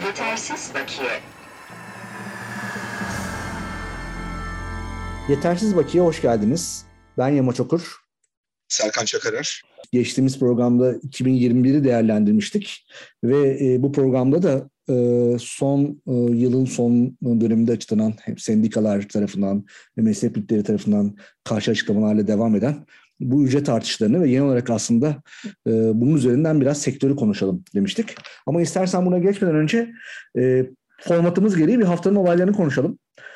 Yetersiz bakiye. Yetersiz Bakiye hoş geldiniz. Ben Yamaç Okur. Serkan Çakarer. Geçtiğimiz programda 2021'i değerlendirmiştik ve bu programda da yılın son döneminde açıklanan hem sendikalar tarafından ve meslek birlikleri tarafından karşı açıklamalarla devam eden bu ücret artışlarını ve genel olarak aslında bunun üzerinden biraz sektörü konuşalım demiştik. Ama istersen buna geçmeden önce formatımız gereği bir haftanın olaylarını konuşalım.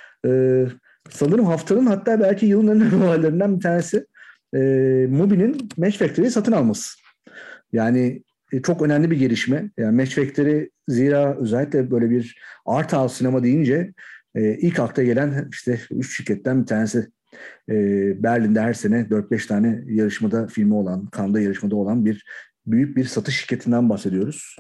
Sanırım haftanın, hatta belki yılın en önemli olaylarından bir tanesi Mubi'nin Match Factory'yi satın alması. Yani çok önemli bir gelişme. Yani Match Factory, zira özellikle böyle bir art house sinema deyince ilk akla gelen işte 3 şirketten bir tanesi. Berlin'de her sene 4-5 tane yarışmada filmi olan, Cannes'da yarışmada olan büyük bir satış şirketinden bahsediyoruz.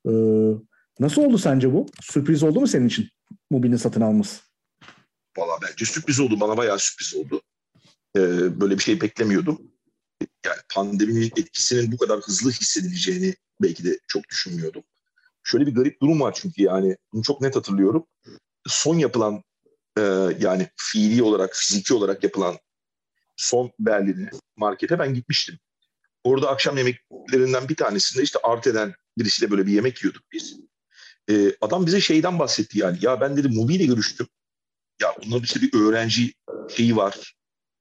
Nasıl oldu sence bu? Sürpriz oldu mu senin için Mubi'nin satın alması? Valla bence sürpriz oldu. Bana bayağı sürpriz oldu. Böyle bir şey beklemiyordum. Yani pandeminin etkisinin bu kadar hızlı hissedileceğini belki de çok düşünmüyordum. Şöyle bir garip durum var çünkü yani bunu çok net hatırlıyorum. Son yapılan yani fiili olarak, fiziki olarak yapılan son Berlin'e, markete ben gitmiştim. Orada akşam yemeklerinden bir tanesinde işte Arte'den birisiyle böyle bir yemek yiyorduk biz. Adam bize şeyden bahsetti yani. Ya ben dedi Mubi ile görüştüm. Ya onların işte bir öğrenci şeyi var.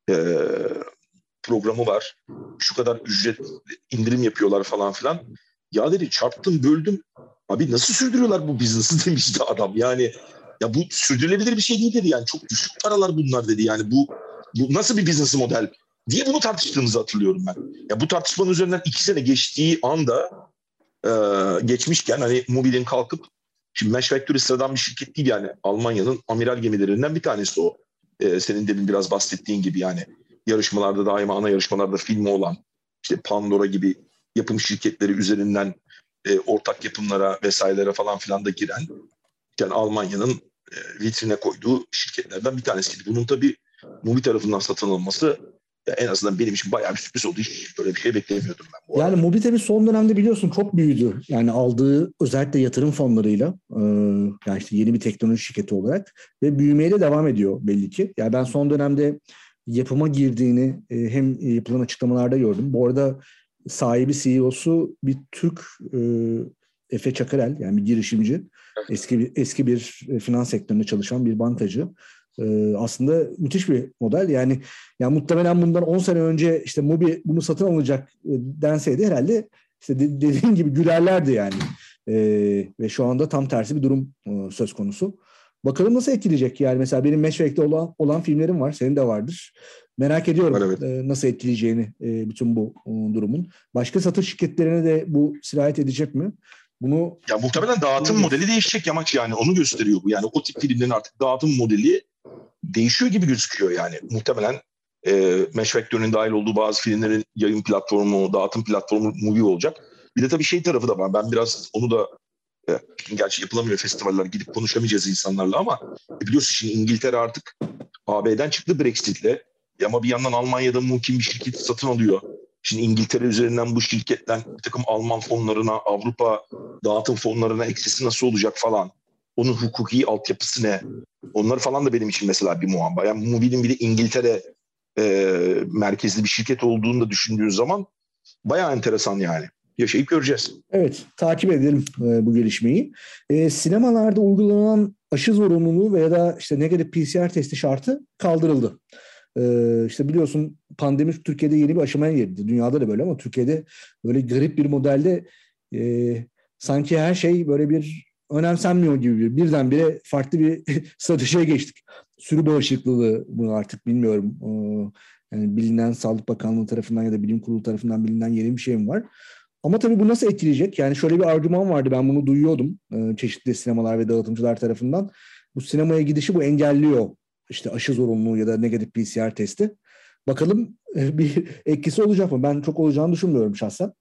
Programı var. Şu kadar ücret indirim yapıyorlar falan filan. Ya dedi çarptım böldüm. Abi nasıl sürdürüyorlar bu business'ı demişti adam. Yani ya bu sürdürülebilir bir şey değil dedi. Yani çok düşük paralar bunlar dedi. Yani bu nasıl bir business model diye bunu tartıştığımızı hatırlıyorum ben. Ya bu tartışmanın üzerinden 2 sene geçtiği anda geçmişken hani Mubi'nin kalkıp, şimdi Match Factory sıradan bir şirket değil yani. Almanya'nın amiral gemilerinden bir tanesi o. Senin demin biraz bahsettiğin gibi yani yarışmalarda daima ana yarışmalarda filmi olan işte Pandora gibi yapım şirketleri üzerinden ortak yapımlara vesairelere falan filan da giren yani Almanya'nın vitrine koyduğu şirketlerden bir tanesiydi. Bunun tabii Mubi tarafından satın alınması en azından benim için bayağı bir sürpriz oldu. Hiç böyle bir şey beklemiyordum ben bu arada. Yani Mubi tabii son dönemde biliyorsun çok büyüdü. Yani aldığı özellikle yatırım fonlarıyla yani işte yeni bir teknoloji şirketi olarak ve büyümeye de devam ediyor belli ki. Yani ben son dönemde yapıma girdiğini hem yapılan açıklamalarda gördüm. Bu arada sahibi, CEO'su bir Türk, Efe Çakarel, yani bir girişimci. Eski bir finans sektöründe çalışan bir bankacı. Aslında müthiş bir model. Yani muhtemelen bundan 10 sene önce işte Mubi bunu satın alacak denseydi herhalde işte dediğin gibi gülerlerdi yani. Ve şu anda tam tersi bir durum söz konusu. Bakalım nasıl etkileyecek yani. Mesela benim Matchback'te olan filmlerim var. Senin de vardır. Merak ediyorum var, evet. Nasıl etkileyeceğini bütün bu durumun. Başka satış şirketlerine de bu sirayet edecek mi? Bunu ya muhtemelen dağıtım modeli değişecek Yamaç, yani onu gösteriyor bu. Yani o tip filmlerin artık dağıtım modeli değişiyor gibi gözüküyor yani. Muhtemelen Match Factory'nin dahil olduğu bazı filmlerin yayın platformu, dağıtım platformu Mubi olacak. Bir de tabii şey tarafı da var. Ben biraz onu da gerçi yapılamıyor festivaller, gidip konuşamayacağız insanlarla ama biliyorsun şimdi İngiltere artık AB'den çıktı Brexit'le. Ama bir yandan Almanya'da muhkim bir şirket satın alıyor. Şimdi İngiltere üzerinden bu şirketten bir takım Alman fonlarına, Avrupa dağıtım fonlarına eksisi nasıl olacak falan. Onun hukuki altyapısı ne? Onlar falan da benim için mesela bir muamma. Yani Mubi'nin bir de İngiltere merkezli bir şirket olduğunu da düşündüğün zaman bayağı enteresan yani. Yaşayıp göreceğiz. Evet, takip edelim bu gelişmeyi. Sinemalarda uygulanan aşı zorunluluğu veya da işte negatif PCR testi şartı kaldırıldı. İşte biliyorsun pandemi Türkiye'de yeni bir aşamaya girdi. Dünyada da böyle ama Türkiye'de böyle garip bir modelde sanki her şey böyle bir önemsenmiyor gibi birdenbire farklı bir stratejiye geçtik. Sürü bağışıklığı bunu artık bilmiyorum. Yani bilinen Sağlık Bakanlığı tarafından ya da Bilim Kurulu tarafından bilinen yeni bir şey mi var? Ama tabii bu nasıl etkileyecek? Yani şöyle bir argüman vardı, ben bunu duyuyordum çeşitli sinemalar ve dağıtımcılar tarafından. Bu sinemaya gidişi bu engelliyor. İşte aşı zorunluluğu ya da negatif PCR testi. Bakalım bir etkisi olacak mı? Ben çok olacağını düşünmüyorum şahsen.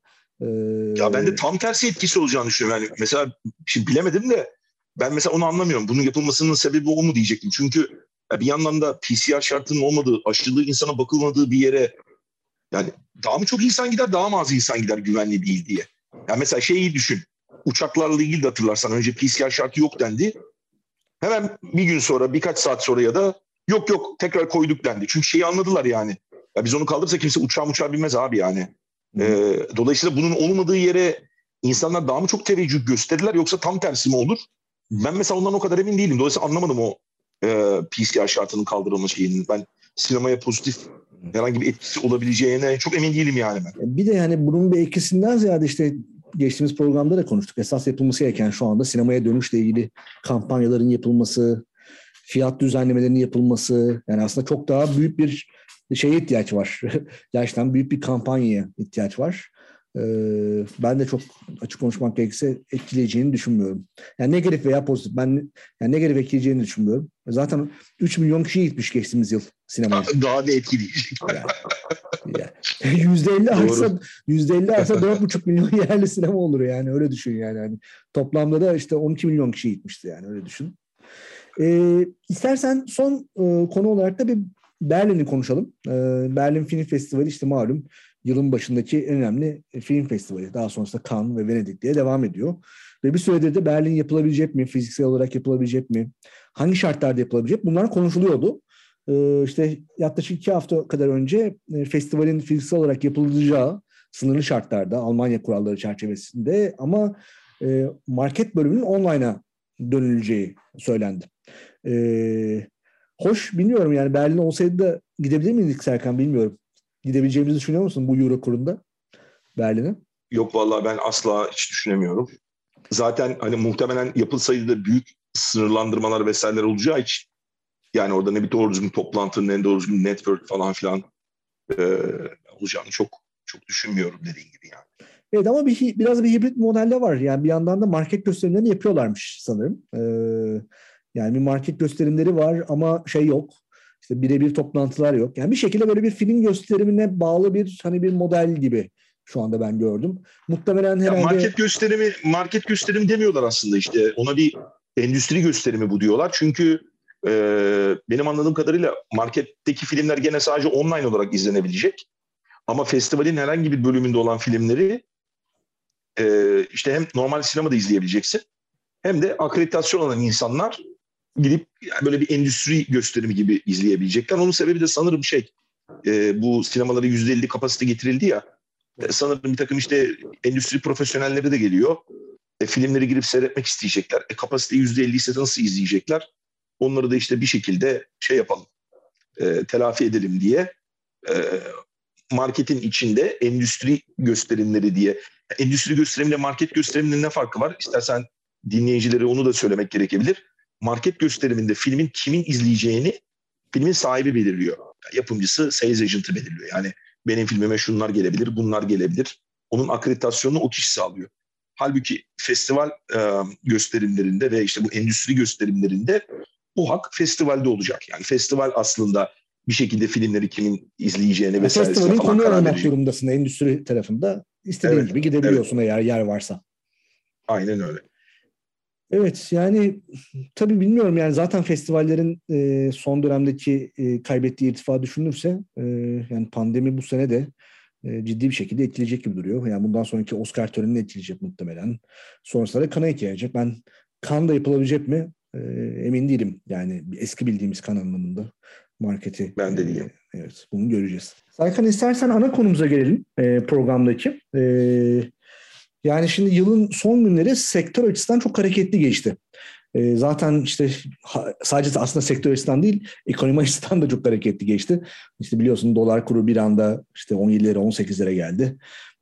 Ya ben de tam tersi etkisi olacağını düşünüyorum. Yani mesela şimdi bilemedim de ben mesela onu anlamıyorum. Bunun yapılmasının sebebi o mu diyecektim. Çünkü bir yandan da PCR şartının olmadığı, aşılı insana bakılmadığı bir yere yani daha mı çok insan gider, daha mı az insan gider güvenli değil diye. Yani mesela şeyi düşün. uçaklarla ilgili de hatırlarsan önce PCR şartı yok dendi. Hemen bir gün sonra, birkaç saat sonra ya da yok tekrar koyduk dendi. Çünkü şeyi anladılar yani. Ya biz onu kaldırırsa kimse uçağa binmez abi yani. Dolayısıyla bunun olmadığı yere insanlar daha mı çok teveccüh gösterirler yoksa tam tersi mi olur? Ben mesela ondan o kadar emin değilim. Dolayısıyla anlamadım o PCR şartının kaldırılma şeyinin. Ben sinemaya pozitif herhangi bir etkisi olabileceğine çok emin değilim yani ben. Bir de yani bunun bir etkisinden ziyade işte geçtiğimiz programda da konuştuk. Esas yapılması gereken şu anda sinemaya dönüşle ilgili kampanyaların yapılması, fiyat düzenlemelerinin yapılması. Yani aslında çok daha büyük bir şeye ihtiyaç var. Gerçekten büyük bir kampanyaya ihtiyaç var. Ben de çok açık konuşmak gerekirse etkileyeceğini düşünmüyorum. Yani negatif veya pozitif. Ben yani negatif etkileyeceğini düşünmüyorum. Zaten 3 milyon kişi gitmiş geçtiğimiz yıl sinemaya. Daha ne etkileyecek? Yani %50 artsa $4,5 milyon yerli sinema olur yani öyle düşün yani. Yani toplamda da işte 12 milyon kişi gitmişti yani öyle düşün. İstersen son konu olarak da bir Berlin'i konuşalım. Berlin Film Festivali işte malum yılın başındaki en önemli film festivali. Daha sonrasında Cannes ve Venedik diye devam ediyor. Ve bir süredir de Berlin yapılabilecek mi? Fiziksel olarak yapılabilecek mi? Hangi şartlarda yapılabilecek? Bunlar konuşuluyordu. İşte yaklaşık 2 hafta kadar önce festivalin fiziksel olarak yapılacağı sınırlı şartlarda Almanya kuralları çerçevesinde ama market bölümünün online'a dönüleceği söylendi. Hoş bilmiyorum yani Berlin olsaydı da gidebilir miydik Serkan bilmiyorum. Gidebileceğimizi düşünüyor musun bu Euro kurunda Berlin'e? Yok vallahi ben asla hiç düşünemiyorum. Zaten hani muhtemelen yapılsaydı da büyük sınırlandırmalar vesaireler olacağı için yani orada ne bir doğru düzgün toplantı ne doğru düzgün network falan filan olacağını çok düşünmüyorum dediğin gibi yani. Evet ama biraz bir hibrit modelde var. Yani bir yandan da market gösterimlerini yapıyorlarmış sanırım. Yani bir market gösterimleri var ama şey yok. İşte birebir toplantılar yok. Yani bir şekilde böyle bir film gösterimine bağlı bir hani bir model gibi şu anda ben gördüm. Muhtemelen Ya herhalde market gösterimi demiyorlar aslında işte. Ona bir endüstri gösterimi bu diyorlar. Çünkü benim anladığım kadarıyla marketteki filmler gene sadece online olarak izlenebilecek. Ama festivalin herhangi bir bölümünde olan filmleri işte hem normal sinemada izleyebileceksin hem de akreditasyon olan insanlar gidip yani böyle bir endüstri gösterimi gibi izleyebilecekler. Onun sebebi de sanırım bu sinemalara %50 kapasite getirildi ya. Sanırım bir takım işte endüstri profesyonelleri de geliyor. Filmleri girip seyretmek isteyecekler. Kapasite %50 ise nasıl izleyecekler? Onları da işte bir şekilde yapalım, telafi edelim diye e, marketin içinde endüstri gösterimleri diye. Endüstri gösterimle market gösteriminin ne farkı var? İstersen dinleyicilere onu da söylemek gerekebilir. Market gösteriminde filmin kimin izleyeceğini filmin sahibi belirliyor. Yapımcısı sales agent'ı belirliyor. Yani benim filmime şunlar gelebilir, bunlar gelebilir. Onun akreditasyonunu o kişi sağlıyor. Halbuki festival gösterimlerinde ve işte bu endüstri gösterimlerinde bu hak festivalde olacak. Yani festival aslında bir şekilde filmleri kimin izleyeceğini vesairesine festivalin falan konu karar olmak verecek. durumdasın endüstri tarafında. İstediğin Evet, gibi evet. gidebiliyorsun eğer yer varsa. Aynen öyle. Evet yani tabii bilmiyorum yani zaten festivallerin son dönemdeki kaybettiği irtifa düşünülürse yani pandemi bu sene de ciddi bir şekilde etkileyecek gibi duruyor. Yani bundan sonraki Oscar törenini etkileyecek muhtemelen. Sonrasında da Cannes'a etkileyecek. Ben Cannes'da yapılabilecek mi emin değilim. Yani eski bildiğimiz Cannes anlamında marketi. Ben de diyeyim. Evet bunu göreceğiz. Serkan istersen ana konumuza gelelim programdaki. Yani şimdi yılın son günleri sektör açısından çok hareketli geçti. Zaten işte sadece aslında sektör açısından değil, ekonomi açısından da çok hareketli geçti. İşte biliyorsun dolar kuru bir anda işte 17'lere 18'lere geldi.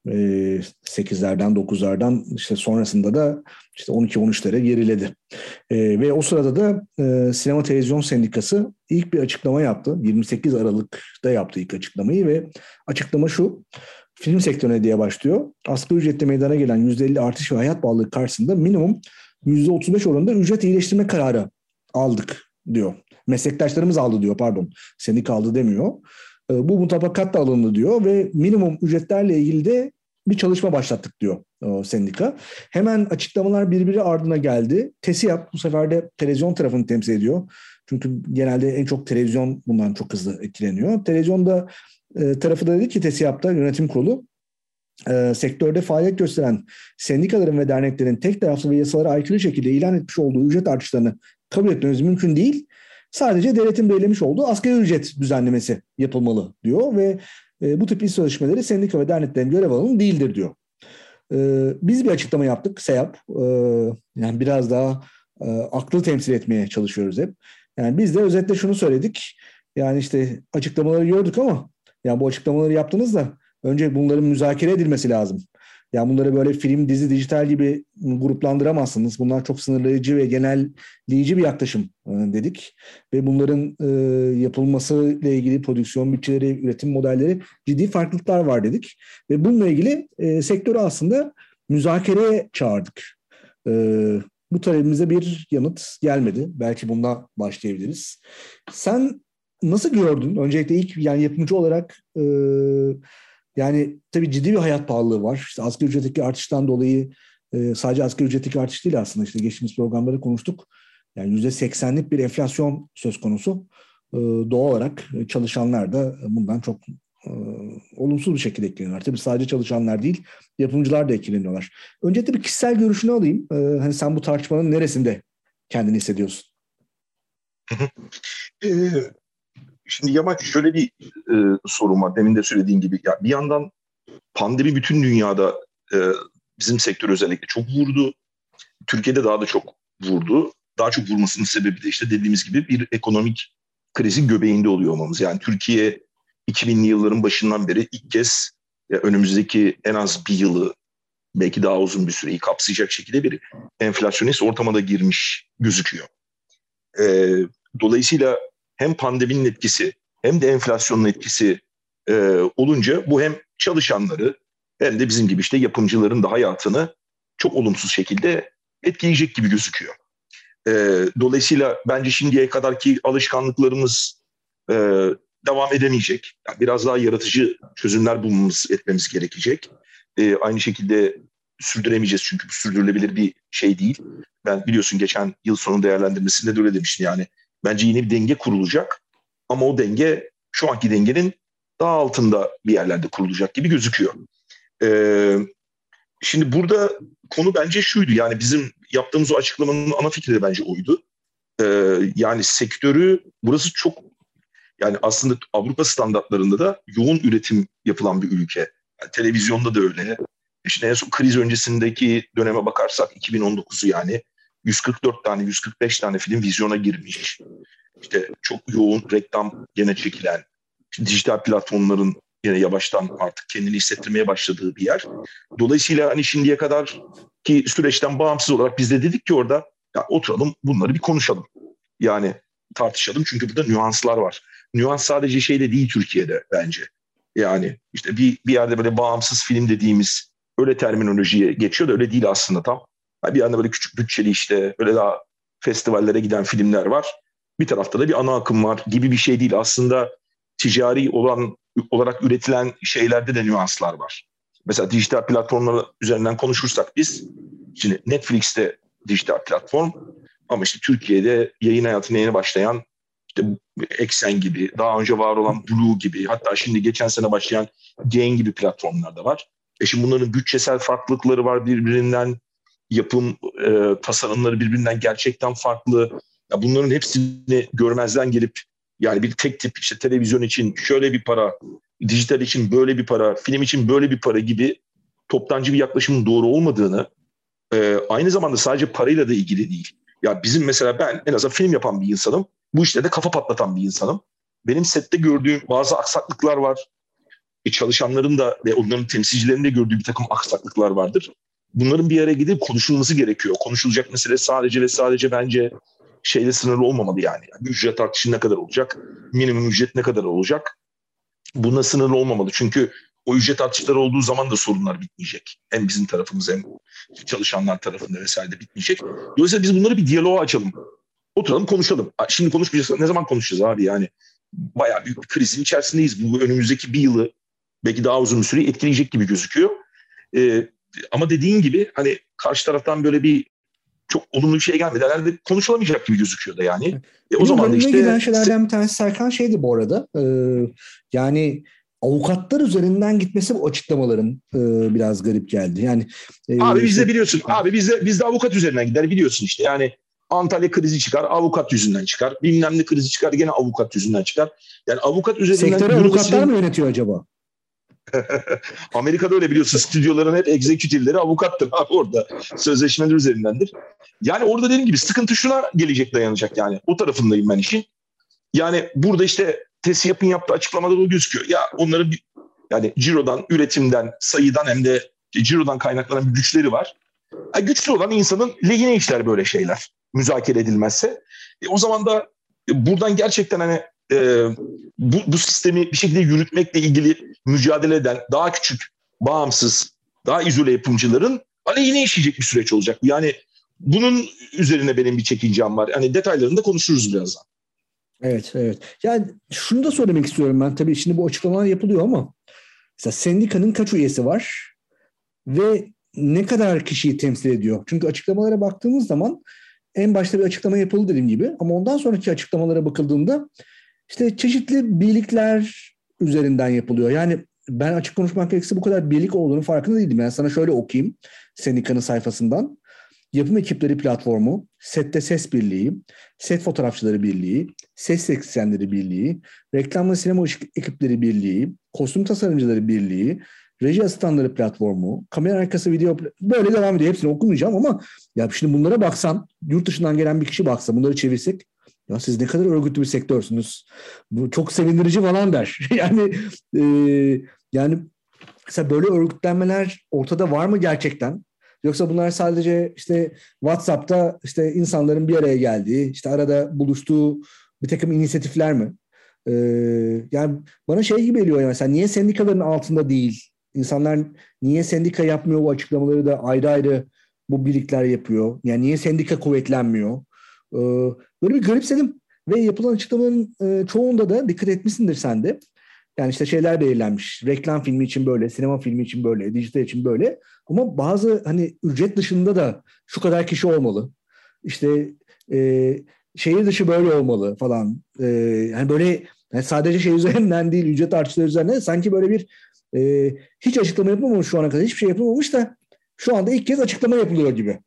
8'lerden 9'lardan işte sonrasında da işte 12-13'lere geriledi. Ve o sırada da Sinema Televizyon Sendikası ilk bir açıklama yaptı. 28 Aralık'ta yaptı ilk açıklamayı ve açıklama şu. Film sektörüne diye başlıyor. Asgari ücrette meydana gelen %50 artış ve hayat pahalılığı karşısında minimum %35 oranında ücret iyileştirme kararı aldık diyor. Meslektaşlarımız aldı diyor pardon. Sendika aldı demiyor. Bu mutabakatla alındı diyor ve minimum ücretlerle ilgili de bir çalışma başlattık diyor sendika. Hemen açıklamalar birbiri ardına geldi. TESİAD bu sefer de televizyon tarafını temsil ediyor. Çünkü genelde en çok televizyon bundan çok hızlı etkileniyor. Televizyonda tarafı da dedi ki TESİAD'da yönetim kurulu sektörde faaliyet gösteren sendikaların ve derneklerin tek taraflı ve yasalara aykırı şekilde ilan etmiş olduğu ücret artışlarını kabul etmemiz mümkün değil. Sadece devletin belirlemiş olduğu asgari ücret düzenlemesi yapılmalı diyor ve bu tip iş sözleşmeleri sendika ve derneklerin görev alanı değildir diyor. Biz bir açıklama yaptık SEAP. Yani biraz daha aklı temsil etmeye çalışıyoruz hep. Yani biz de özetle şunu söyledik. Yani işte açıklamaları gördük ama yani bu açıklamaları yaptınız da önce bunların müzakere edilmesi lazım. Yani bunları böyle film, dizi, dijital gibi gruplandıramazsınız. Bunlar çok sınırlayıcı ve genelleyici bir yaklaşım dedik. Ve bunların yapılmasıyla ilgili prodüksiyon bütçeleri, üretim modelleri ciddi farklılıklar var dedik. Ve bununla ilgili sektörü aslında müzakereye çağırdık. Bu talebimize bir yanıt gelmedi. Belki bundan başlayabiliriz. Sen nasıl gördün? Öncelikle ilk yani yapımcı olarak yani tabii ciddi bir hayat pahalılığı var. İşte asgari ücretteki artıştan dolayı sadece asgari ücretteki artış değil aslında. İşte geçtiğimiz programlarda konuştuk. Yani %80'lik bir enflasyon söz konusu. Doğal olarak çalışanlar da bundan çok olumsuz bir şekilde etkileniyorlar. Tabii sadece çalışanlar değil, yapımcılar da etkileniyorlar. Öncelikle bir kişisel görüşünü alayım. Hani sen bu tartışmanın neresinde kendini hissediyorsun? Şimdi Yamaç şöyle bir sorun var. Demin de söylediğin gibi. Ya bir yandan pandemi bütün dünyada bizim sektör özellikle çok vurdu. Türkiye'de daha da çok vurdu. Daha çok vurmasının sebebi de işte dediğimiz gibi bir ekonomik krizin göbeğinde oluyor olmamız. Yani Türkiye 2000'li yılların başından beri ilk kez önümüzdeki en az bir yılı belki daha uzun bir süreyi kapsayacak şekilde bir enflasyonist ortama da girmiş gözüküyor. Dolayısıyla hem pandeminin etkisi hem de enflasyonun etkisi olunca bu hem çalışanları hem de bizim gibi işte yapımcıların da hayatını çok olumsuz şekilde etkileyecek gibi gözüküyor. Dolayısıyla bence şimdiye kadarki alışkanlıklarımız devam edemeyecek. Yani biraz daha yaratıcı çözümler bulmamız etmemiz gerekecek. Aynı şekilde sürdüremeyeceğiz çünkü bu sürdürülebilir bir şey değil. Ben biliyorsun geçen yıl sonu değerlendirmesinde de öyle demiştim yani. Bence yeni bir denge kurulacak ama o denge şu anki dengenin daha altında bir yerlerde kurulacak gibi gözüküyor. Şimdi burada konu bence şuydu yani bizim yaptığımız o açıklamanın ana fikri de bence oydu. Yani sektörü burası çok yani aslında Avrupa standartlarında da yoğun üretim yapılan bir ülke. Yani televizyonda da öyle. İşte en son kriz öncesindeki döneme bakarsak 2019'u yani 144 tane 145 tane film vizyona girmiş. İşte çok yoğun reklam gene çekilen, dijital platformların yine yavaştan artık kendini hissettirmeye başladığı bir yer. Dolayısıyla hani şimdiye kadar ki süreçten bağımsız olarak biz de dedik ki orada ya oturalım bunları bir konuşalım. Yani tartışalım çünkü burada nüanslar var. Nüans sadece şeyde değil Türkiye'de bence. Yani işte bir yerde böyle bağımsız film dediğimiz öyle terminolojiye geçiyor da öyle değil aslında tam. Yani bir yanda böyle küçük bütçeli işte öyle daha festivallere giden filmler var. Bir tarafta da bir ana akım var gibi bir şey değil. Aslında ticari olarak üretilen şeylerde de nüanslar var. Mesela dijital platformlar üzerinden konuşursak biz, şimdi Netflix'te dijital platform ama işte Türkiye'de yayın hayatına yeni başlayan işte Eksen gibi, daha önce var olan Blue gibi, hatta şimdi geçen sene başlayan Gain gibi platformlar da var. Şimdi bunların bütçesel farklılıkları var birbirinden, yapım tasarımları birbirinden gerçekten farklı. Ya bunların hepsini görmezden gelip yani bir tek tip işte televizyon için şöyle bir para, dijital için böyle bir para, film için böyle bir para gibi toptancı bir yaklaşımın doğru olmadığını, aynı zamanda sadece parayla da ilgili değil. Ya bizim mesela ben en azından film yapan bir insanım. Bu işlerde kafa patlatan bir insanım. Benim sette gördüğüm bazı aksaklıklar var. Çalışanların da ve onların temsilcilerinin de gördüğü bir takım aksaklıklar vardır. Bunların bir yere gidip konuşulması gerekiyor. Konuşulacak mesele sadece ve sadece bence şeyle sınırlı olmamalı yani. Yani ücret artışı ne kadar olacak? Minimum ücret ne kadar olacak? Buna sınırlı olmamalı. Çünkü o ücret artışları olduğu zaman da sorunlar bitmeyecek. Hem bizim tarafımız hem çalışanlar tarafında vesaire de bitmeyecek. Dolayısıyla biz bunları bir diyaloğa açalım. Oturalım konuşalım. Şimdi konuşmayacağız. Ne zaman konuşacağız abi yani? Bayağı büyük bir krizin içerisindeyiz. Bu önümüzdeki bir yılı belki daha uzun bir süreyi etkileyecek gibi gözüküyor. Ama dediğin gibi hani karşı taraftan böyle bir çok olumlu bir şey gelmedi. Herhalde konuşulamayacak gibi gözüküyor da yani. O zaman da işte giden şeylerden bir tanesi Serkan şeydi bu arada. Yani avukatlar üzerinden gitmesi bu açıklamaların biraz garip geldi. Yani Abi işte, bizde biliyorsun. Abi bizde avukat üzerinden gider biliyorsun işte. Yani Antalya krizi çıkar, avukat yüzünden çıkar. Bilmem ne krizi çıkar, gene avukat yüzünden çıkar. Yani avukat üzerinden sektörü avukatlar mı yürümesinin yönetiyor acaba? Amerika'da öyle biliyorsun. Stüdyoların hep executive'leri avukattır abi orada. Sözleşmeler üzerindendir. Yani orada dediğim gibi sıkıntı şuna gelecek, dayanacak yani. O tarafındayım ben işin. Yani burada işte TESİAD'ın yaptığı açıklamada da gözüküyor. Ya onların yani cirodan, üretimden, sayıdan hem de cirodan kaynaklanan bir güçleri var. Güçlü olan insanın lehine işler böyle şeyler müzakere edilmezse. O zaman da buradan gerçekten hani bu sistemi bir şekilde yürütmekle ilgili mücadele eden daha küçük, bağımsız, daha izole yapımcıların aleyhine işleyecek bir süreç olacak. Yani bunun üzerine benim bir çekincem var. Hani detaylarını da konuşuruz birazdan. Evet, evet. Yani şunu da söylemek istiyorum ben. Tabii şimdi bu açıklamalar yapılıyor ama mesela sendikanın kaç üyesi var ve ne kadar kişiyi temsil ediyor? Çünkü açıklamalara baktığımız zaman en başta bir açıklama yapıldı dediğim gibi ama ondan sonraki açıklamalara bakıldığında işte çeşitli birlikler üzerinden yapılıyor. Yani ben açık konuşmak gerekirse bu kadar birlik olduğunu farkında değildim. Yani sana şöyle okuyayım sendikanın sayfasından. Yapım Ekipleri Platformu, Sette Ses Birliği, Set Fotoğrafçıları Birliği, Ses Teknisyenleri Birliği, Reklam ve Sinema Işık Ekipleri Birliği, Kostüm Tasarımcıları Birliği, Reji Asistanları Platformu, Kamera Arkası Video, böyle devam ediyor. Hepsini okumayacağım ama ya şimdi bunlara baksan, yurt dışından gelen bir kişi baksa, bunları çevirsek, ya siz ne kadar örgütlü bir sektörsünüz. Bu çok sevindirici falan der. E, yani mesela böyle örgütlenmeler ortada var mı gerçekten? Yoksa bunlar sadece işte WhatsApp'ta işte insanların bir araya geldiği, işte arada buluştuğu bir takım inisiyatifler mi? Yani bana şey gibi geliyor, yani mesela niye sendikaların altında değil? İnsanlar niye sendika yapmıyor, bu açıklamaları da ayrı ayrı bu birlikler yapıyor? Yani niye sendika kuvvetlenmiyor? Ee, Böyle bir garipsedim. Ve yapılan açıklamaların çoğunda da dikkat etmişsindir sen de. Yani işte şeyler belirlenmiş. Reklam filmi için böyle, sinema filmi için böyle, dijital için böyle. Ama bazı hani ücret dışında da şu kadar kişi olmalı. İşte e, şehir dışı böyle olmalı falan. Yani böyle yani sadece şey üzerinden değil, ücret artışları üzerinden sanki böyle bir hiç açıklama yapılmamış şu ana kadar. Hiçbir şey yapılmamış da şu anda ilk kez açıklama yapılıyor gibi.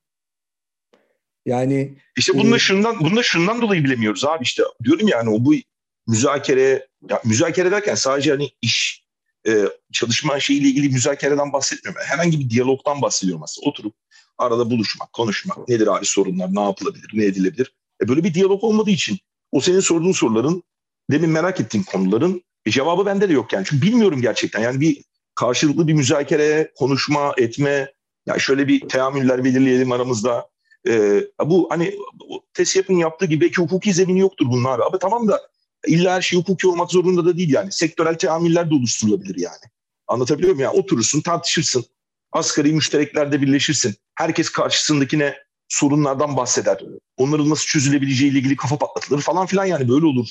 Yani İşte bunu da şundan dolayı bilemiyoruz abi, işte diyorum yani bu müzakere, ya müzakere derken sadece hani iş çalışma şeyiyle ilgili müzakereden bahsetmiyorum. Herhangi bir diyalogdan bahsediyorum aslında. Oturup arada buluşmak, konuşmak. Nedir abi sorunlar, ne yapılabilir, ne edilebilir? Böyle bir diyalog olmadığı için o senin sorduğun soruların, demin merak ettiğin konuların cevabı bende de yok yani. Çünkü bilmiyorum gerçekten. Yani bir karşılıklı bir müzakere, konuşma, etme, ya şöyle bir teamüller belirleyelim aramızda. Bu hani TESİAD'ın yaptığı gibi belki hukuki zemini yoktur bunun abi. Ama tamam da illa her şey hukuki olmak zorunda da değil yani. Sektörel teamüller de oluşturulabilir yani. Anlatabiliyor muyum? Yani oturursun, tartışırsın. Asgari müştereklerde birleşirsin. Herkes karşısındakine sorunlardan bahseder. Onların nasıl çözülebileceğiyle ilgili kafa patlatılır falan filan, yani böyle olur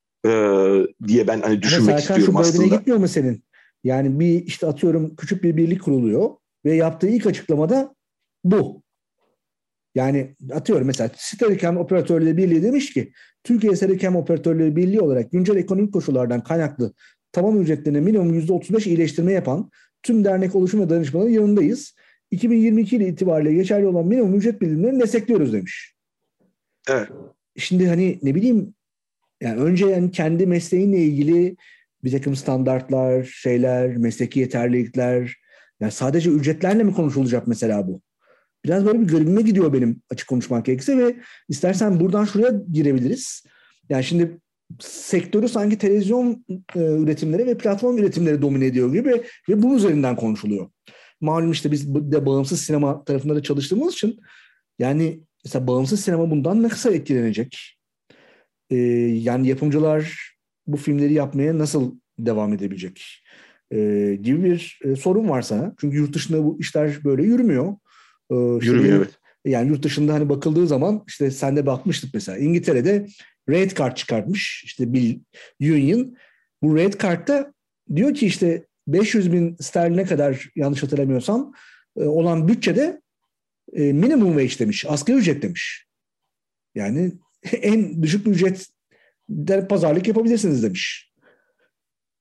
diye ben hani ama düşünmek Serkan şu istiyorum garibine aslında. gitmiyor mu senin? Yani bir işte atıyorum küçük bir birlik kuruluyor ve yaptığı ilk açıklamada bu. Yani atıyorum mesela Steadicam Operatörleri Birliği demiş ki Türkiye Steadicam Operatörleri Birliği olarak güncel ekonomik koşullardan kaynaklı tavan ücretlerine minimum %35 iyileştirme yapan tüm dernek oluşum ve danışmaların yanındayız. 2022 ile itibariyle geçerli olan minimum ücret birimlerini destekliyoruz demiş. Evet. Şimdi hani ne bileyim, yani önce yani kendi mesleğinle ilgili bir takım standartlar, şeyler, mesleki yeterlilikler, yani sadece ücretlerle mi konuşulacak mesela bu? Biraz böyle bir garibime gidiyor benim açık konuşmak gerekirse ve istersen buradan şuraya girebiliriz. Yani şimdi sektörü sanki televizyon üretimleri ve platform üretimleri domine ediyor gibi ve bunun üzerinden konuşuluyor. Malum işte biz de bağımsız sinema tarafında da çalıştığımız için yani mesela bağımsız sinema bundan nasıl etkilenecek? Yani yapımcılar bu filmleri yapmaya nasıl devam edebilecek? Gibi bir sorun var sana. Çünkü yurt dışında bu işler böyle yürümüyor. İşte Yürümüyor, benim evet. yani yurt dışında hani bakıldığı zaman işte sen de bakmıştık mesela İngiltere'de Red Card çıkartmış işte Bill Union. Bu Red Card'ta diyor ki işte 500 bin sterline kadar yanlış hatırlamıyorsam olan bütçede minimum wage demiş. Asgari ücret demiş. Yani en düşük ücret pazarlık yapabilirsiniz demiş.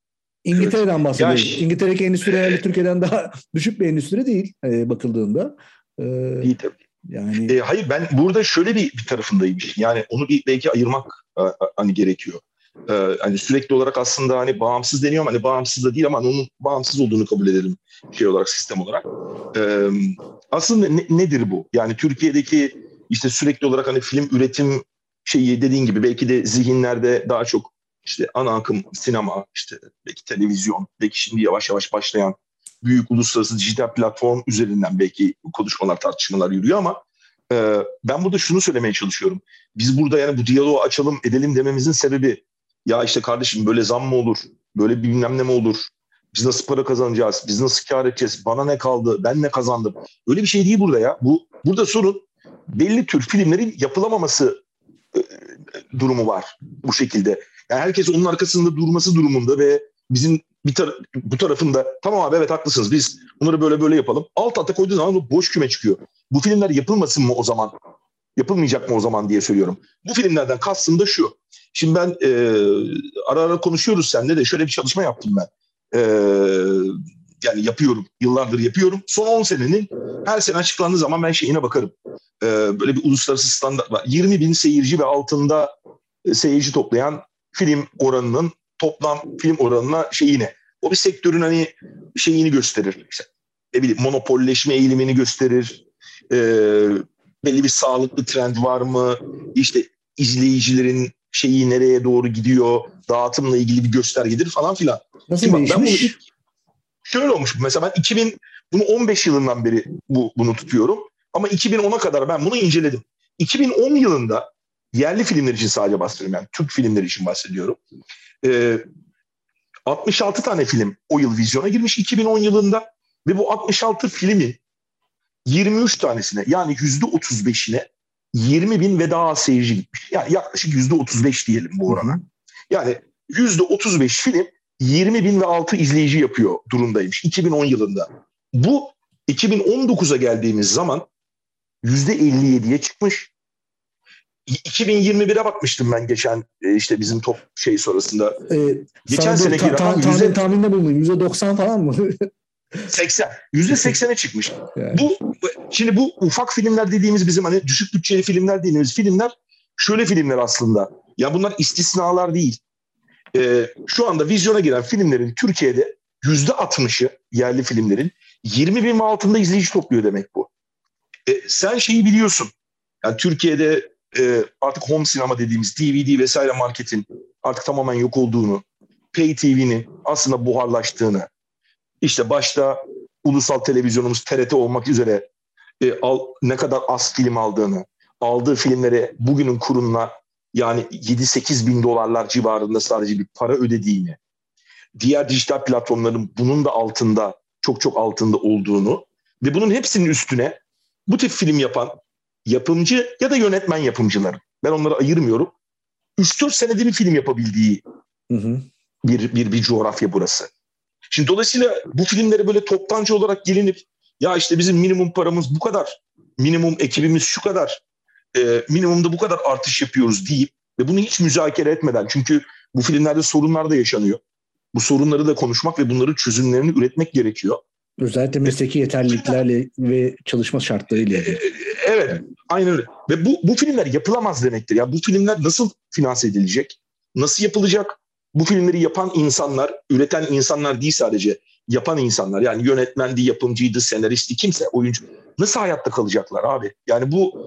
İngiltere'den Ya bahsediyoruz. İngiltere'deki endüstri herhalde Türkiye'den daha düşük bir endüstri değil bakıldığında. iyi tabii. Yani Hayır, ben burada şöyle bir tarafındayım. Yani onu bir belki ayırmak hani gerekiyor. Hani sürekli olarak aslında hani bağımsız deniyor ama hani bağımsız da değil ama onun bağımsız olduğunu kabul edelim şey olarak, sistem olarak. Aslında nedir bu? Yani Türkiye'deki işte sürekli olarak hani film üretim şeyi, dediğin gibi belki de zihinlerde daha çok işte ana akım sinema, işte belki televizyon, belki şimdi yavaş yavaş başlayan büyük uluslararası dijital platform üzerinden belki konuşmalar, tartışmalar yürüyor ama ben burada şunu söylemeye çalışıyorum. Biz burada yani bu diyaloğu açalım, edelim dememizin sebebi, ya işte kardeşim böyle zam mı olur, böyle bilmem ne mi olur, biz nasıl para kazanacağız, biz nasıl kâr edeceğiz, bana ne kaldı, ben ne kazandım. Öyle bir şey değil burada ya. Burada sorun belli tür filmlerin yapılamaması durumu var bu şekilde. Yani herkes onun arkasında durması durumunda ve bizim bu tarafında tamam abi evet haklısınız, biz bunları böyle böyle yapalım. Alt alta koyduğu zaman bu boş küme çıkıyor. Bu filmler yapılmasın mı o zaman? Yapılmayacak mı o zaman diye söylüyorum. Bu filmlerden kastım da şu. Şimdi ben ara ara konuşuyoruz seninle de, şöyle bir çalışma yaptım ben. Yani yapıyorum. Yıllardır yapıyorum. Son 10 senenin her sene açıklandığı zaman ben şeyine bakarım. Böyle bir uluslararası standart var. 20 bin seyirci ve altında seyirci toplayan film oranının toplam film oranına şeyine. O bir sektörün hani şeyini gösterir. İşte, ne bileyim, monopolleşme eğilimini gösterir. Belli bir sağlıklı trend var mı? İşte izleyicilerin şeyi nereye doğru gidiyor? Dağıtımla ilgili bir göstergedir falan filan. nasıl Şimdi bak, ben bunu değişmiş? şöyle olmuş. Mesela ben bunu 15 yılından beri bunu tutuyorum. Ama 2010'a kadar ben bunu inceledim. 2010 yılında yerli filmler için sadece bahsediyorum. Yani Türk filmleri için bahsediyorum. 66 tane film o yıl vizyona girmiş 2010 yılında. Ve bu 66 filmin 23 tanesine, yani %35'ine 20 bin ve daha az seyirci gitmiş. Yani yaklaşık %35 diyelim bu Hı orana. hı. Yani %35 film 20 bin ve altı izleyici yapıyor durumdaymış 2010 yılında. Bu 2019'a geldiğimiz zaman %57'ye çıkmış. 2021'e bakmıştım ben geçen işte bizim top şey sonrasında. Geçen Sana dur seneki rakam tahminde bulunayım. %90 falan mı? %80. %80'e çıkmış. Yani. Şimdi bu ufak filmler dediğimiz, bizim hani düşük bütçeli filmler dediğimiz filmler şöyle filmler aslında. Ya bunlar istisnalar değil. Şu anda vizyona giren filmlerin Türkiye'de %60'ı, yerli filmlerin 20 bin ve altında izleyici topluyor demek bu. Sen şeyi biliyorsun. Yani Türkiye'de artık home sinema dediğimiz DVD vesaire marketin artık tamamen yok olduğunu, Pay TV'nin aslında buharlaştığını, işte başta ulusal televizyonumuz TRT olmak üzere ne kadar az film aldığını, aldığı filmlere bugünün kuruna yani 7-8 bin dolarlar civarında sadece bir para ödediğini, diğer dijital platformların bunun da altında, çok çok altında olduğunu ve bunun hepsinin üstüne bu tip film yapan yapımcı ya da yönetmen yapımcıların, ben onları ayırmıyorum, 3-4 senede bir film yapabildiği Hı hı. bir coğrafya burası. Şimdi dolayısıyla bu filmlere böyle toptancı olarak gelinip, ya işte bizim minimum paramız bu kadar, minimum ekibimiz şu kadar, minimumda bu kadar artış yapıyoruz deyip ve bunu hiç müzakere etmeden, çünkü bu filmlerde sorunlar da yaşanıyor. Bu sorunları da konuşmak ve bunların çözümlerini üretmek gerekiyor. Özellikle mesleki yeterliliklerle ve çalışma şartlarıyla ilgili. Evet, aynen öyle. Ve bu filmler yapılamaz demektir. Ya bu filmler nasıl finanse edilecek? Nasıl yapılacak? Bu filmleri yapan insanlar, üreten insanlar değil sadece, yapan insanlar. Yani yönetmendi, yapımcıydı, senaristi, kimse, oyuncu. Nasıl hayatta kalacaklar abi? Yani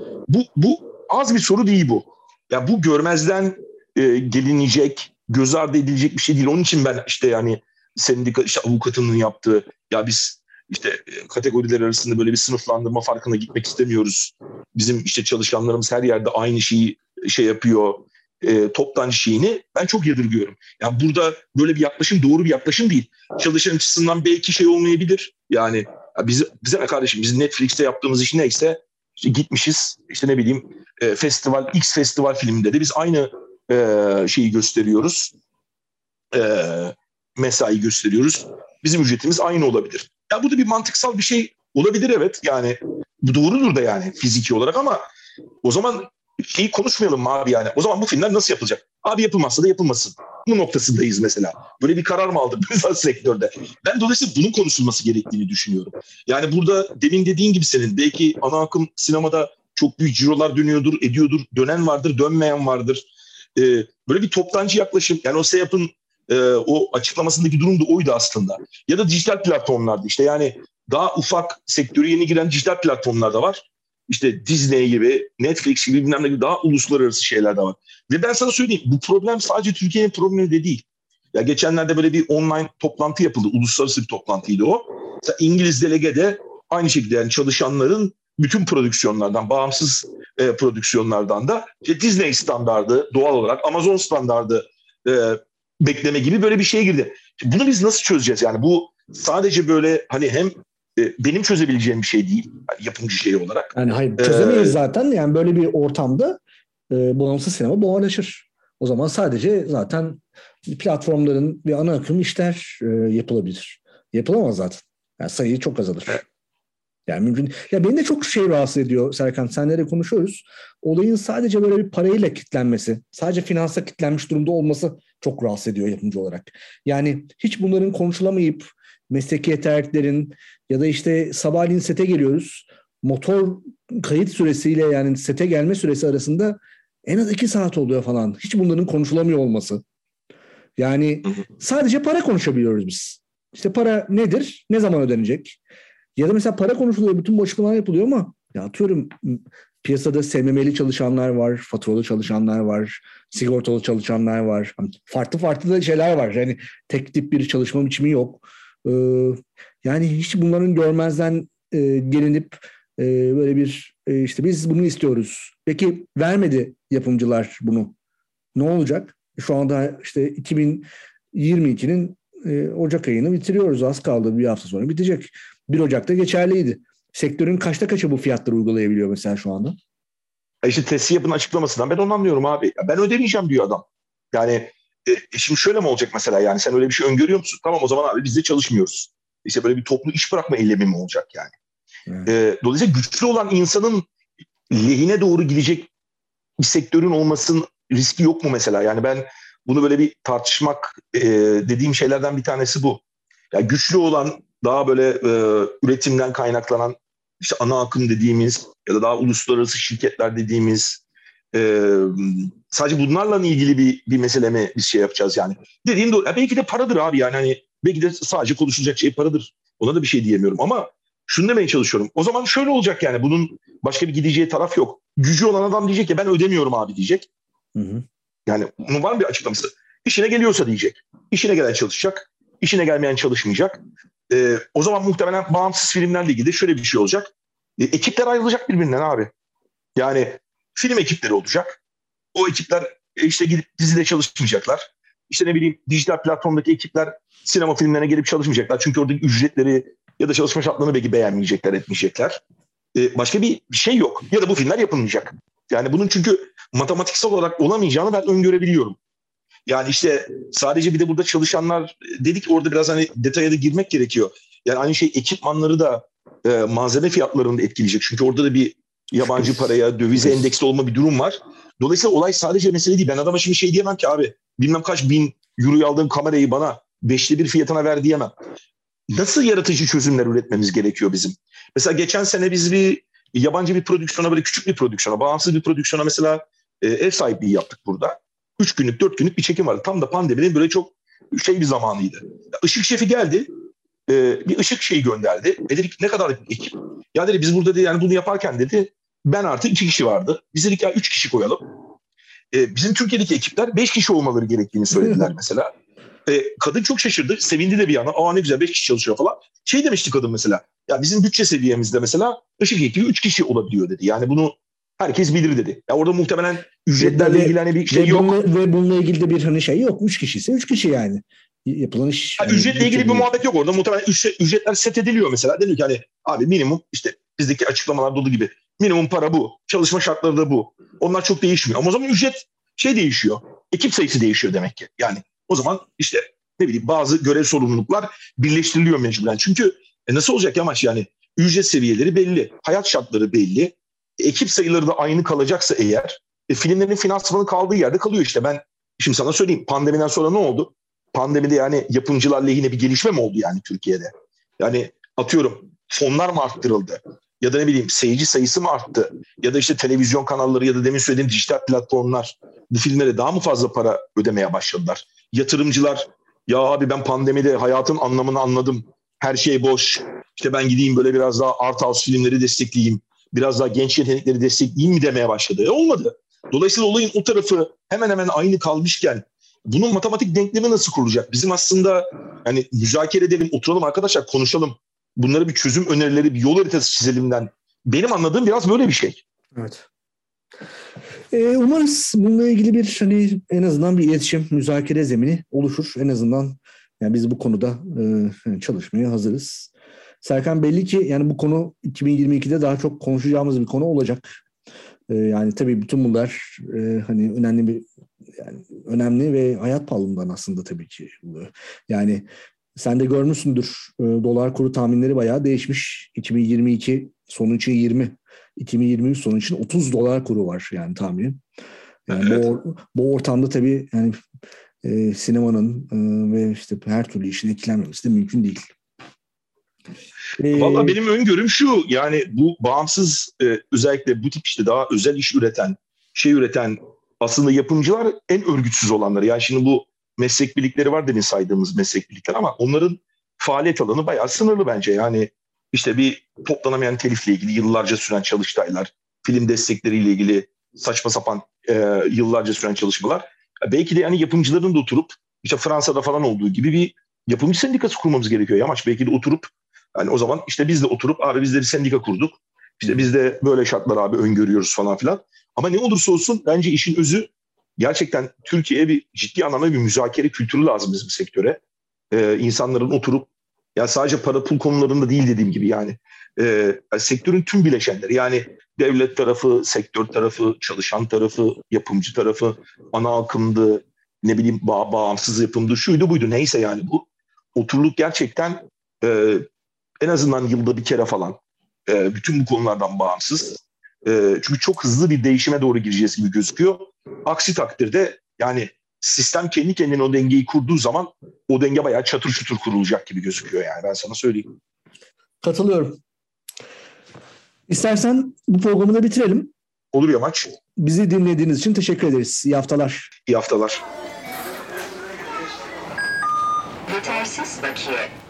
bu az bir soru değil bu. Ya bu görmezden gelinecek, göz ardı edilecek bir şey değil. Onun için ben işte yani sendika, işte avukatının yaptığı, ya biz işte kategoriler arasında böyle bir sınıflandırma farkına gitmek istemiyoruz. Bizim işte çalışanlarımız her yerde aynı şeyi şey yapıyor. Toptancı şeyini ben çok yadırgıyorum. Yani burada böyle bir yaklaşım doğru bir yaklaşım değil. Çalışan açısından belki şey olmayabilir. Yani ya bize ne kardeşim, biz Netflix'te yaptığımız iş neyse işte gitmişiz, işte ne bileyim X festival filminde de biz aynı şeyi gösteriyoruz. E, Mesai gösteriyoruz. Bizim ücretimiz aynı olabilir. Ya burada bir mantıksal bir şey olabilir, evet. Yani bu doğrudur da yani fiziki olarak, ama o zaman şeyi konuşmayalım mı abi yani? O zaman bu filmler nasıl yapılacak? Abi yapılmazsa da yapılmasın. Bu noktasındayız mesela. Böyle bir karar mı aldık mesela sektörde? Ben dolayısıyla bunun konuşulması gerektiğini düşünüyorum. Yani burada demin dediğin gibi senin belki ana akım sinemada çok büyük cirolar dönüyordur, ediyordur. Dönen vardır, dönmeyen vardır. Böyle bir toptancı yaklaşım. Yani o SEAP'ın o açıklamasındaki durum da oydu aslında. Ya da dijital platformlarda işte yani daha ufak sektörü yeni giren dijital platformlar da var. İşte Disney gibi, Netflix gibi bilmem ne gibi daha uluslararası şeyler de var. Ve ben sana söyleyeyim bu problem sadece Türkiye'nin problemi de değil. Ya geçenlerde böyle bir online toplantı yapıldı. Uluslararası bir toplantıydı o. Mesela İngiliz delege de aynı şekilde yani çalışanların bütün prodüksiyonlardan, bağımsız prodüksiyonlardan da işte Disney standardı doğal olarak Amazon standardı bekleme gibi böyle bir şeye girdi. Şimdi bunu biz nasıl çözeceğiz? Yani bu sadece böyle hani hem benim çözebileceğim bir şey değil yani yapımcı şeyi olarak. Yani hayır çözemeyiz zaten. Yani böyle bir ortamda bağımsız sinema buharlaşır. O zaman sadece zaten platformların bir ana akım işler yapılabilir. Yapılamaz zaten. Yani sayı çok azalır. Yani mümkün. Ya beni de çok şey rahatsız ediyor Serkan. Senle konuşuyoruz. Olayın sadece böyle bir parayla kitlenmesi, sadece finansa kitlenmiş durumda olması çok rahatsız ediyor yapımcı olarak. Yani hiç bunların konuşulamayıp mesleki yeteneklerin ya da işte sabahleyin sete geliyoruz. Motor kayıt süresiyle yani sete gelme süresi arasında en az 2 saat oluyor falan. Hiç bunların konuşulamıyor olması. Yani sadece para konuşabiliyoruz biz. İşte para nedir? Ne zaman ödenecek? Ya da mesela para konuşuluyor, bütün bu açıklamalar yapılıyor ama ya atıyorum piyasada SMM'li çalışanlar var, faturalı çalışanlar var, sigortalı çalışanlar var. Farklı farklı da şeyler var. Yani tek tip bir çalışma biçimi yok. Yani hiç bunların görmezden gelinip böyle bir işte biz bunu istiyoruz. Peki vermedi yapımcılar bunu. Ne olacak? Şu anda işte 2022'nin Ocak ayını bitiriyoruz. Az kaldı, bir hafta sonra bitecek. 1 Ocak'ta geçerliydi. Sektörün kaçta kaçı bu fiyatları uygulayabiliyor mesela şu anda? İşte TESİAP'ın açıklamasından ben onu anlıyorum abi. Ya ben ödemeyeceğim diyor adam. Yani şimdi şöyle mi olacak mesela yani sen öyle bir şey öngörüyor musun? Tamam o zaman abi biz de çalışmıyoruz. İşte böyle bir toplu iş bırakma eylemi mi olacak yani? Evet. Dolayısıyla güçlü olan insanın lehine doğru gidecek bir sektörün olmasının riski yok mu mesela? Yani ben bunu böyle bir tartışmak dediğim şeylerden bir tanesi bu. Yani güçlü olan daha böyle üretimden kaynaklanan işte ana akım dediğimiz ya da daha uluslararası şirketler dediğimiz sadece bunlarla ilgili bir mesele mi biz şey yapacağız yani? Dediğin doğru. Ya belki de paradır abi yani hani belki de sadece konuşulacak şey paradır. Ona da bir şey diyemiyorum ama şunu demeye çalışıyorum. O zaman şöyle olacak yani bunun başka bir gideceği taraf yok. Gücü olan adam diyecek ki ben ödemiyorum abi diyecek. Hı. Yani bunun var mı bir açıklaması? İşine geliyorsa diyecek. İşine gelen çalışacak. İşine gelmeyen çalışmayacak. O zaman muhtemelen bağımsız filmlerle ilgili şöyle bir şey olacak. Ekipler ayrılacak birbirinden abi. Yani film ekipleri olacak. O ekipler işte gidip dizide çalışmayacaklar. İşte ne bileyim dijital platformdaki ekipler sinema filmlerine gelip çalışmayacaklar. Çünkü oradaki ücretleri ya da çalışma şartlarını belki beğenmeyecekler, etmeyecekler. Başka bir şey yok. Ya da bu filmler yapılmayacak. Yani bunun çünkü matematiksel olarak olamayacağını ben öngörebiliyorum. Yani işte sadece bir de burada çalışanlar dedik orada biraz hani detaya da girmek gerekiyor. Yani aynı şey ekipmanları da malzeme fiyatlarını da etkileyecek. Çünkü orada da bir yabancı paraya, dövize endeksli olma bir durum var. Dolayısıyla olay sadece mesele değil. Ben adama şimdi şey diyemem ki abi bilmem kaç bin euroyu aldığım kamerayı bana 1/5 fiyatına ver diyemem. Nasıl yaratıcı çözümler üretmemiz gerekiyor bizim? Mesela geçen sene biz bir yabancı bir prodüksiyona böyle küçük bir prodüksiyona, bağımsız bir prodüksiyona mesela ev sahipliği yaptık burada. 3 günlük 4 günlük bir çekim vardı. Tam da pandeminin böyle çok şey bir zamanıydı. Işık şefi geldi. Bir ışık şeyi gönderdi. Dedik ne kadar ekip? Ya dedi biz burada dedi, yani bunu yaparken dedi ben artı 2 kişi vardı. Biz dedik ya 3 kişi koyalım. Bizim Türkiye'deki ekipler 5 kişi olmaları gerektiğini söylediler mesela. Kadın çok şaşırdı. Sevindi de bir yana. Aa ne güzel 5 kişi çalışıyor falan. Şey demişti kadın mesela. Ya bizim bütçe seviyemizde mesela ışık ekibi 3 kişi olabiliyor dedi. Yani bunu herkes bilir dedi. Ya orada muhtemelen ücretlerle ilgili hani bir şey yok. Ve bununla ilgili de bir hani şey yok. 3 kişi ise 3 kişi yani. Yapılan iş. Yani ücretle ilgili bir muhabbet yok orada. Muhtemelen ücretler set ediliyor mesela. Deniyor ki hani abi minimum işte bizdeki açıklamalar dolu gibi. Minimum para bu. Çalışma şartları da bu. Onlar çok değişmiyor. Ama o zaman ücret şey değişiyor. Ekip sayısı değişiyor demek ki. Yani o zaman işte ne bileyim bazı görev sorumluluklar birleştiriliyor mecburen. Çünkü nasıl olacak Yamaç yani ücret seviyeleri belli. Hayat şartları belli. Ekip sayıları da aynı kalacaksa eğer filmlerin finansmanı kaldığı yerde kalıyor işte. Ben şimdi sana söyleyeyim, pandemiden sonra ne oldu? Pandemide yani yapımcılar lehine bir gelişme mi oldu yani Türkiye'de? Yani atıyorum fonlar mı arttırıldı? Ya da ne bileyim seyirci sayısı mı arttı? Ya da işte televizyon kanalları ya da demin söylediğim dijital platformlar bu filmlere daha mı fazla para ödemeye başladılar? Yatırımcılar ya abi ben pandemide hayatın anlamını anladım. Her şey boş. İşte ben gideyim böyle biraz daha art house filmleri destekleyeyim. Biraz daha genç yetenekleri destekleyeyim mi demeye başladı. Olmadı. Dolayısıyla olayın o tarafı hemen hemen aynı kalmışken bunun matematik denklemi nasıl kurulacak? Bizim aslında yani müzakere edelim, oturalım arkadaşlar konuşalım. Bunlara bir çözüm önerileri, bir yol haritası çizelimden. Benim anladığım biraz böyle bir şey. Evet. Umarız bununla ilgili bir hani en azından bir iletişim, müzakere zemini oluşur. En azından yani biz bu konuda çalışmaya hazırız. Serkan, belli ki yani bu konu 2022'de daha çok konuşacağımız bir konu olacak. Yani tabii bütün bunlar hani önemli ve hayat pahalılığından aslında tabii ki oluyor. Yani sen de görmüşsündür, dolar kuru tahminleri bayağı değişmiş. 2022 sonu için 20, 2023 sonu için 30 dolar kuru var yani tahminim. Yani Evet. bu ortamda tabii yani sinemanın ve işte her türlü işin etkilenmemesi de mümkün değil. Valla benim öngörüm şu, yani bu bağımsız özellikle bu tip işte daha özel iş üreten, şey üreten aslında yapımcılar en örgütsüz olanları. Yani şimdi bu meslek birlikleri var demin saydığımız meslek birlikler ama onların faaliyet alanı bayağı sınırlı bence. Yani işte bir toplanamayan telifle ilgili yıllarca süren çalıştaylar, film destekleriyle ilgili saçma sapan yıllarca süren çalışmalar. Belki de yani yapımcıların da oturup işte Fransa'da falan olduğu gibi bir yapımcı sendikası kurmamız gerekiyor. Yamaç belki de oturup yani o zaman işte biz de oturup abi biz de bir sendika kurduk. İşte biz de böyle şartlar abi öngörüyoruz falan filan. Ama ne olursa olsun bence işin özü gerçekten Türkiye'ye bir ciddi anlamda bir müzakere kültürü lazım bizim sektöre. İnsanların oturup ya sadece para pul konularında değil dediğim gibi yani sektörün tüm bileşenleri yani devlet tarafı, sektör tarafı, çalışan tarafı, yapımcı tarafı, ana akımdı, ne bileyim bağımsız yapımdı, şuydu buydu neyse yani bu oturulup gerçekten en azından yılda bir kere falan bütün bu konulardan bağımsız. Çünkü çok hızlı bir değişime doğru gireceğiz gibi gözüküyor. Aksi takdirde yani sistem kendi kendine o dengeyi kurduğu zaman o denge bayağı çatır çutur kurulacak gibi gözüküyor yani ben sana söyleyeyim. Katılıyorum. İstersen bu programı da bitirelim. Olur Yamaç. Bizi dinlediğiniz için teşekkür ederiz. İyi haftalar. İyi haftalar. Yetersiz bakiye.